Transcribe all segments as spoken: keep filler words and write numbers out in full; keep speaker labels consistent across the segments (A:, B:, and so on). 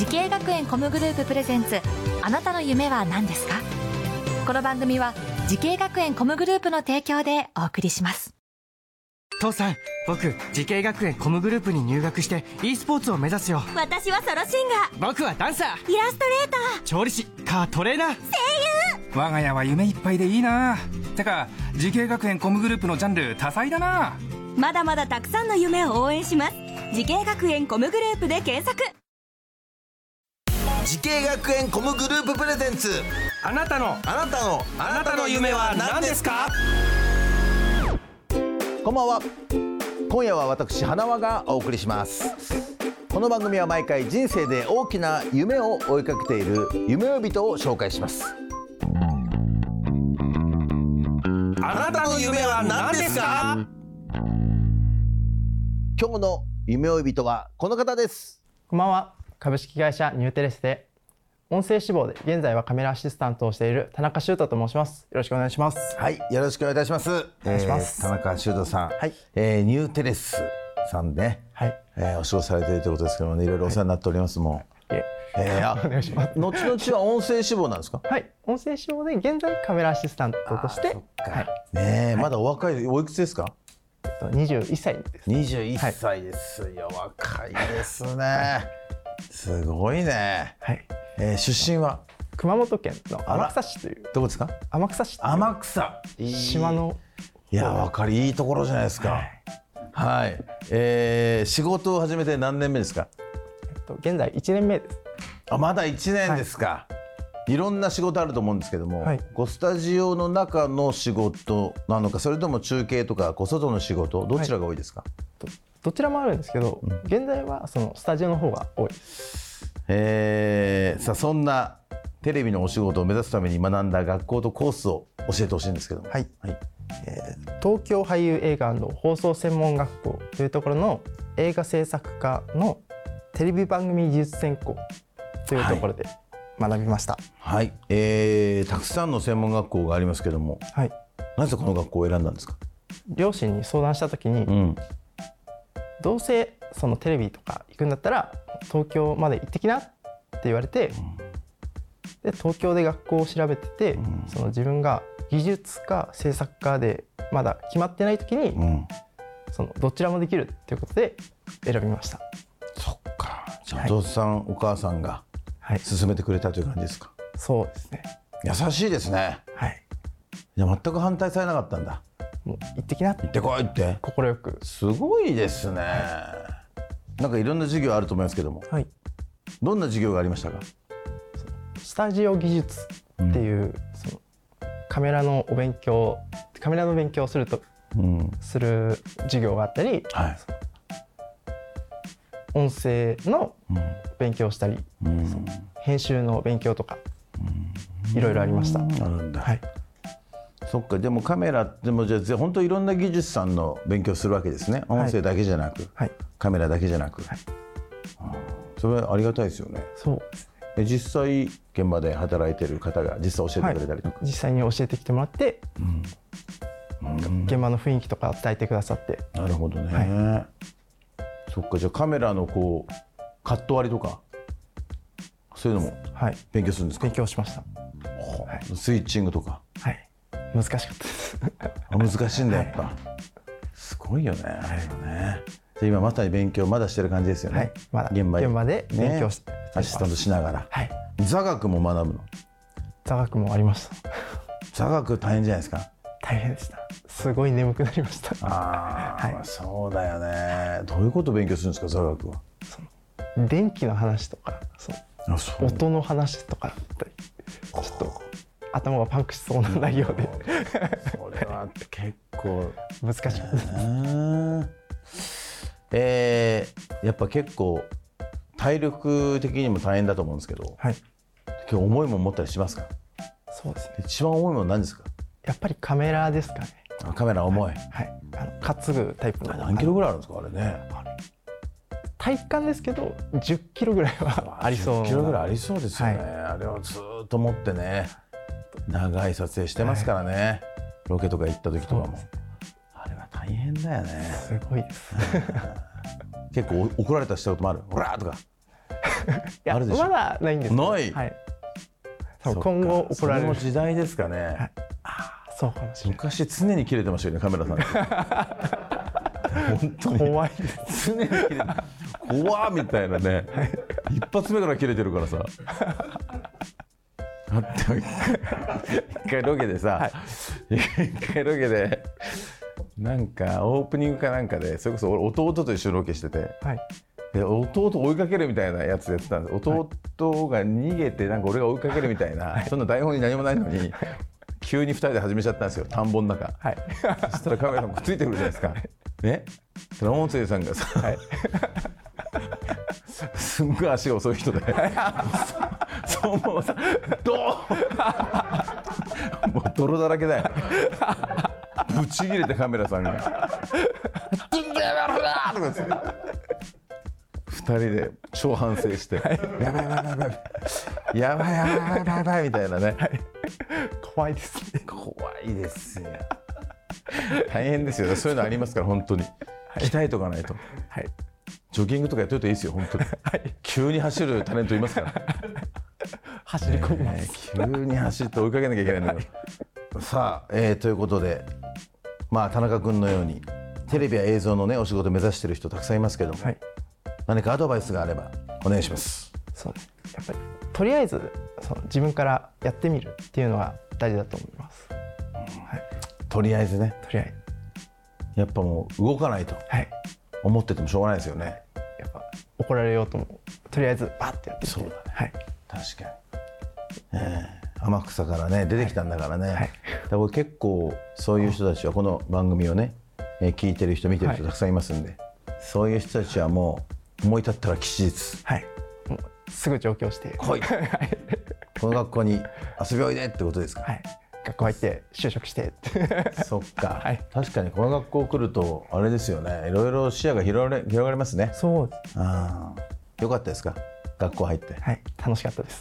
A: 時系学園コムグループプレゼンツ、あなたの夢は何ですか？この番組は時系学園コムグループの提供でお送りします。
B: 父さん、僕時系学園コムグループに入学して e スポーツを目指すよ。
C: 私はソロシンガー、
B: 僕はダンサー、
C: イラストレーター、
B: 調理師、カートレーナー、声
D: 優。我が家は夢いっぱいでいいな。てか時系学園コムグループのジャンル多彩だな。
C: まだまだたくさんの夢を応援します。時系学園コムグループで検索。
E: 時系学園コムグループプレゼンツ、
B: あなたの
E: あなたの
B: あなたの夢は何ですか？
E: こんばんは。今夜は私花輪がお送りします。この番組は毎回人生で大きな夢を追いかけている夢追い人を紹介します。
B: あなたの夢は何ですか？
E: 今日の夢追い人はこの方です。
F: こんばんは。株式会社ニューテレスで音声志望で現在はカメラアシスタントをしている田中修斗と申します。よろしくお願いします。
E: はい、よろしくお願いいたします。
F: お願いします。
E: えー、田中修斗さん、
F: はい、
E: えー、ニューテレスさんで、ね、
F: はい、
E: えー、お仕事されているということですけどもね、いろいろお世話になっておりますもん。はい、えー、あお願いします。後々は音声志望なんですか？
F: はい、音声志望で現在カメラアシスタントとして。そっか、はい、
E: ねえ、まだお若い、おいくつですか？
F: にじゅういっさいです。
E: にじゅういっさいですよ、はい、若いですね。すごいね。はい、えー、出身は
F: 熊本県の天草市という。
E: どこですか？
F: 天草市。
E: 天草。
F: 島の。
E: いや、わかりいいところじゃないですか。はい。はい、えー、仕事を始めて何年目ですか？
F: えっと現在いちねんめです。
E: あ、まだいちねんですか。はい、いろんな仕事あると思うんですけども、はい、ごスタジオの中の仕事なのか、それとも中継とかご外の仕事、どちらが多いですか？はい、
F: どちらもあるんですけど、うん、現在はそのスタジオの方が多いです。
E: えー、さあそんなテレビのお仕事を目指すために学んだ学校とコースを教えてほしいんですけども。はい、はい、
F: えー、東京俳優映画放送専門学校というところの映画制作科のテレビ番組技術専攻というところで学びました。
E: はい、えー、たくさんの専門学校がありますけども、はい、なぜこの学校を選んだんですか？
F: 両親に相談した時に、うん、どうせそのテレビとか行くんだったら東京まで行ってきなって言われて、うん、で東京で学校を調べてて、うん、その自分が技術か制作かでまだ決まってない時に、うん、そのどちらもできるっていうことで選びました。
E: そっか。じゃあお父さん、はい、お母さんが勧めてくれたという感じですか？
F: はい、そうですね。
E: 優しいですね。はい。いや、全く反対されなかったんだ。
F: もう行ってきなって、
E: 行ってこいって
F: 快く。
E: すごいですね。はい、なんかいろんな授業あると思いますけども、はい、どんな授業がありましたか？
F: スタジオ技術っていう、うん、そのカメラのお勉強カメラの勉強をすると、うん、する授業があったり、はい、音声の勉強をしたり、うん、その編集の勉強とか、うん、いろいろありました。
E: なるんだ。はい、そっか。でもカメラってもじゃあ本当いろんな技術さんの勉強するわけですね。音声だけじゃなく、はい、カメラだけじゃなく、はい、それはありがたいですよね。
F: そうです
E: ね。実際現場で働いてる方が実際教えてくれたりとか、
F: はい、実際に教えてきてもらって、うん、現場の雰囲気とか伝えてくださって。
E: なるほどね。はい、そっか。じゃあカメラのこうカット割りとかそういうのも勉強するんですか？
F: 勉強しました。
E: はい、スイッチングとか。
F: はい、難しかったです。
E: 難しいんだやっぱ。はい、すごいよね。はい、ね。じゃ今まさに勉強まだしてる感じですよね。はい、
F: まだ現場で、現場で勉強して、ね、
E: アシスタントしながら。はい、座学も学ぶの？
F: 座学もありました。
E: 座学大変じゃないですか？
F: 大変でした。すごい眠くなりました。
E: ああ、はい、そうだよね。どういうことを勉強するんですか、座学は？
F: その電気の話とか、そのそう音の話とかだったり、ちょっと頭がパンクしそうな内容で
E: それは結構
F: 難しかったです。
E: えー、やっぱ結構体力的にも大変だと思うんですけど、はい、今日重いもん持ったりしますか？
F: そうですね。
E: 一番重いもの何ですか？
F: やっぱりカメラですかね。
E: あ、カメラ重い。
F: はい、はい、あの担ぐタイプの。
E: 何キロぐらいあるんですかあれね？
F: 体感ですけどじゅっキロぐらいはありそう。
E: じゅっキロぐらいありそうですよね。はい、あれをずっと持ってね、長い撮影してますからね。はい、ロケとか行った時とかも。あれは大変だよね。
F: すごいです。
E: 結構怒られたしたこともある。ほらーとか。 あるでしょ。
F: まだないんですけど、
E: ない、
F: はい、多分今後怒られる。
E: それも時代ですかね、はい、
F: あそうかもしれない。昔
E: 常に切れてましたよね、カメラさん本当に
F: 怖いです。
E: 常に切れて怖みたいなね、はい、一発目から切れてるからさあって一回ロケでさ、はい、一回ロケでなんかオープニングかなんかでそれこそ弟と一緒にロケしてて、はい、で弟追いかけるみたいなやつやってたんです。弟が逃げてなんか俺が追いかけるみたいな、はい、そんな台本に何もないのに急にふたりで始めちゃったんですよ、田んぼの中、はい、そしたらカメラさんくっついてくるじゃないですか、ね、その音声さんがさ、はい、すんごい足が遅い人でそうもうさドーンもう泥だらけだよぶち切れてカメラさんが「どんだよやろな!」とかってふたりで超反省して「はい、やばいやばいやばいやばいやばいやばいやばい」みたいなね、はい、
F: 怖いですね。
E: 怖いですよ大変ですよね、そういうのありますから本当に、はい、鍛えとかないと、はい、ジョギングとかやっといていいですよ本当に、はい、急に走るタレントいますから
F: 走り込みます、
E: えー、急に走って追いかけなきゃいけないんだから、さあ、えー、ということで、まあ、田中君のようにテレビや映像の、ね、お仕事を目指している人たくさんいますけども、はい、何かアドバイスがあればお願いします。
F: そうやっぱりとりあえずその自分からやってみるっていうのが大事だと思います、うんはい、
E: とりあえずね、
F: とりあえ
E: ずやっぱもう動かないと思っててもしょうがないですよね。
F: やっぱ怒られようともとりあえずバッてやってみて。
E: そうだね、はい、確かに、えー、天草からね出てきたんだからね、はいはい、だからこれ結構そういう人たちはこの番組をね、えー、聞いてる人見てる人たくさんいますんで、はい、そういう人たちはもう思い立ったら吉日、
F: はい、もうすぐ上京して
E: 来いこの学校に遊びおいでってことですか。
F: はい、学校入って就職して
E: そっか、
F: はい、
E: 確かにこの学校来るとあれですよね、いろいろ視野が広がれ広がりますね。
F: そうです。
E: あよかったですか、学校入って。
F: はい、楽しかったです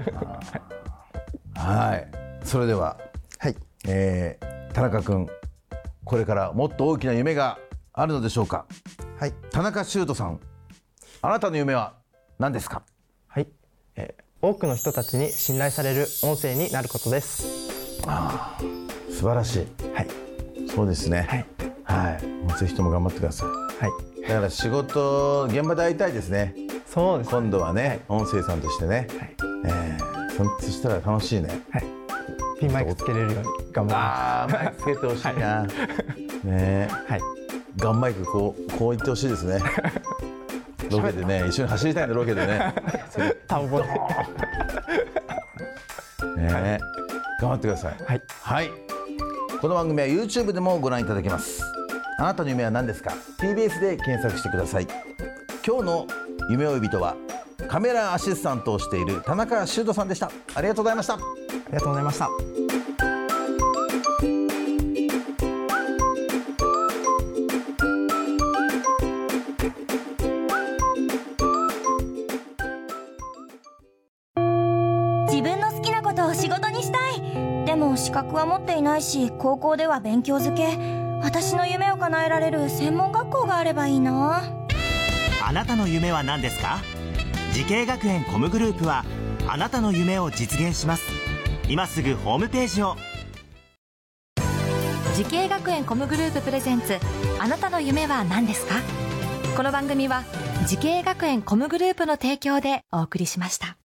E: はい、それでは、はいえー、田中君これからもっと大きな夢があるのでしょうか。はい、田中修斗さん、あなたの夢は何ですか。
F: はい、えー、多くの人たちに信頼される音声になることです。
E: ああ、素晴らしい。はい、そうですね。はい、はい、もうぜひとも頑張ってください。はい、だから仕事現場で会いたいですね。
F: そうです。
E: 今度はね、はい、音声さんとしてね。はい、えー、そ, そしたら楽しいね。はい、
F: ピンマイクつけれるように頑張ります。
E: ああ、マイクつけてほしいな。はい、ね、はい、ガンマイクこうこう言ってほしいですね。ロケでね、一緒に走りたいんだロケでね。
F: 田んぼで。
E: ね、はい、頑張ってください。はい、はい、この番組は YouTube でもご覧いただけます。あなたの夢は何ですか。 ティービーエス で検索してください。今日の夢追い人はカメラアシスタントをしている田中修斗さんでした。ありがとうございました。あ
F: りがとうございました。
C: 自分の好きなことを仕事にしたい。でも資格は持っていないし、高校では勉強づけ。私の夢を叶えられる専門学校があればいいな。
G: あなたの夢は何ですか。時系学園コムグループはあなたの夢を実現します。今すぐホームページを。
A: 時系学園コムグループプレゼンツ、あなたの夢は何ですか。この番組は時系学園コムグループの提供でお送りしました。